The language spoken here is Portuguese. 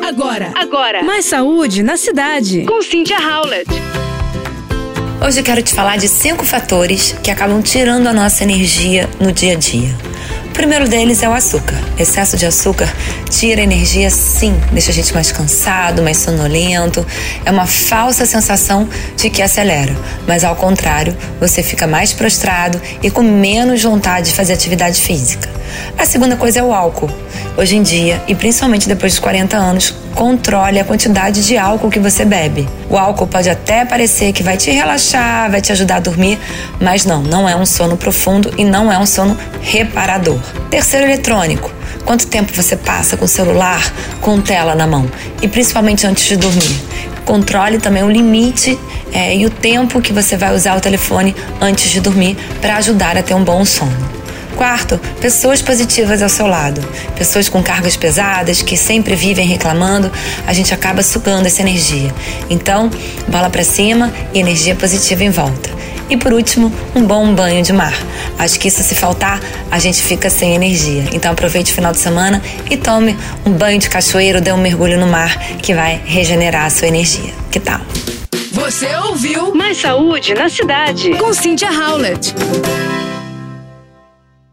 Agora. Mais saúde na cidade. Com Cynthia Howlett. Hoje eu quero te falar de 5 fatores que acabam tirando a nossa energia no dia a dia. O primeiro deles é o açúcar. Excesso de açúcar tira energia, sim, deixa a gente mais cansado, mais sonolento. É uma falsa sensação de que acelera, mas ao contrário, você fica mais prostrado e com menos vontade de fazer atividade física. A segunda coisa é o álcool. Hoje em dia, e principalmente depois dos 40 anos, controle a quantidade de álcool que você bebe. O álcool pode até parecer que vai te relaxar, vai te ajudar a dormir, mas não é um sono profundo e não é um sono reparador. Terceiro, eletrônico. Quanto tempo você passa com o celular, com tela na mão? E principalmente antes de dormir. Controle também o limite e o tempo que você vai usar o telefone antes de dormir para ajudar a ter um bom sono. Quarto, pessoas positivas ao seu lado. Pessoas com cargas pesadas, que sempre vivem reclamando, a gente acaba sugando essa energia. Então, bola pra cima e energia positiva em volta. E por último, um bom banho de mar. Acho que isso, se faltar, a gente fica sem energia. Então aproveite o final de semana e tome um banho de cachoeiro, dê um mergulho no mar, que vai regenerar a sua energia. Que tal? Você ouviu Mais Saúde na Cidade, com Cynthia Howlett.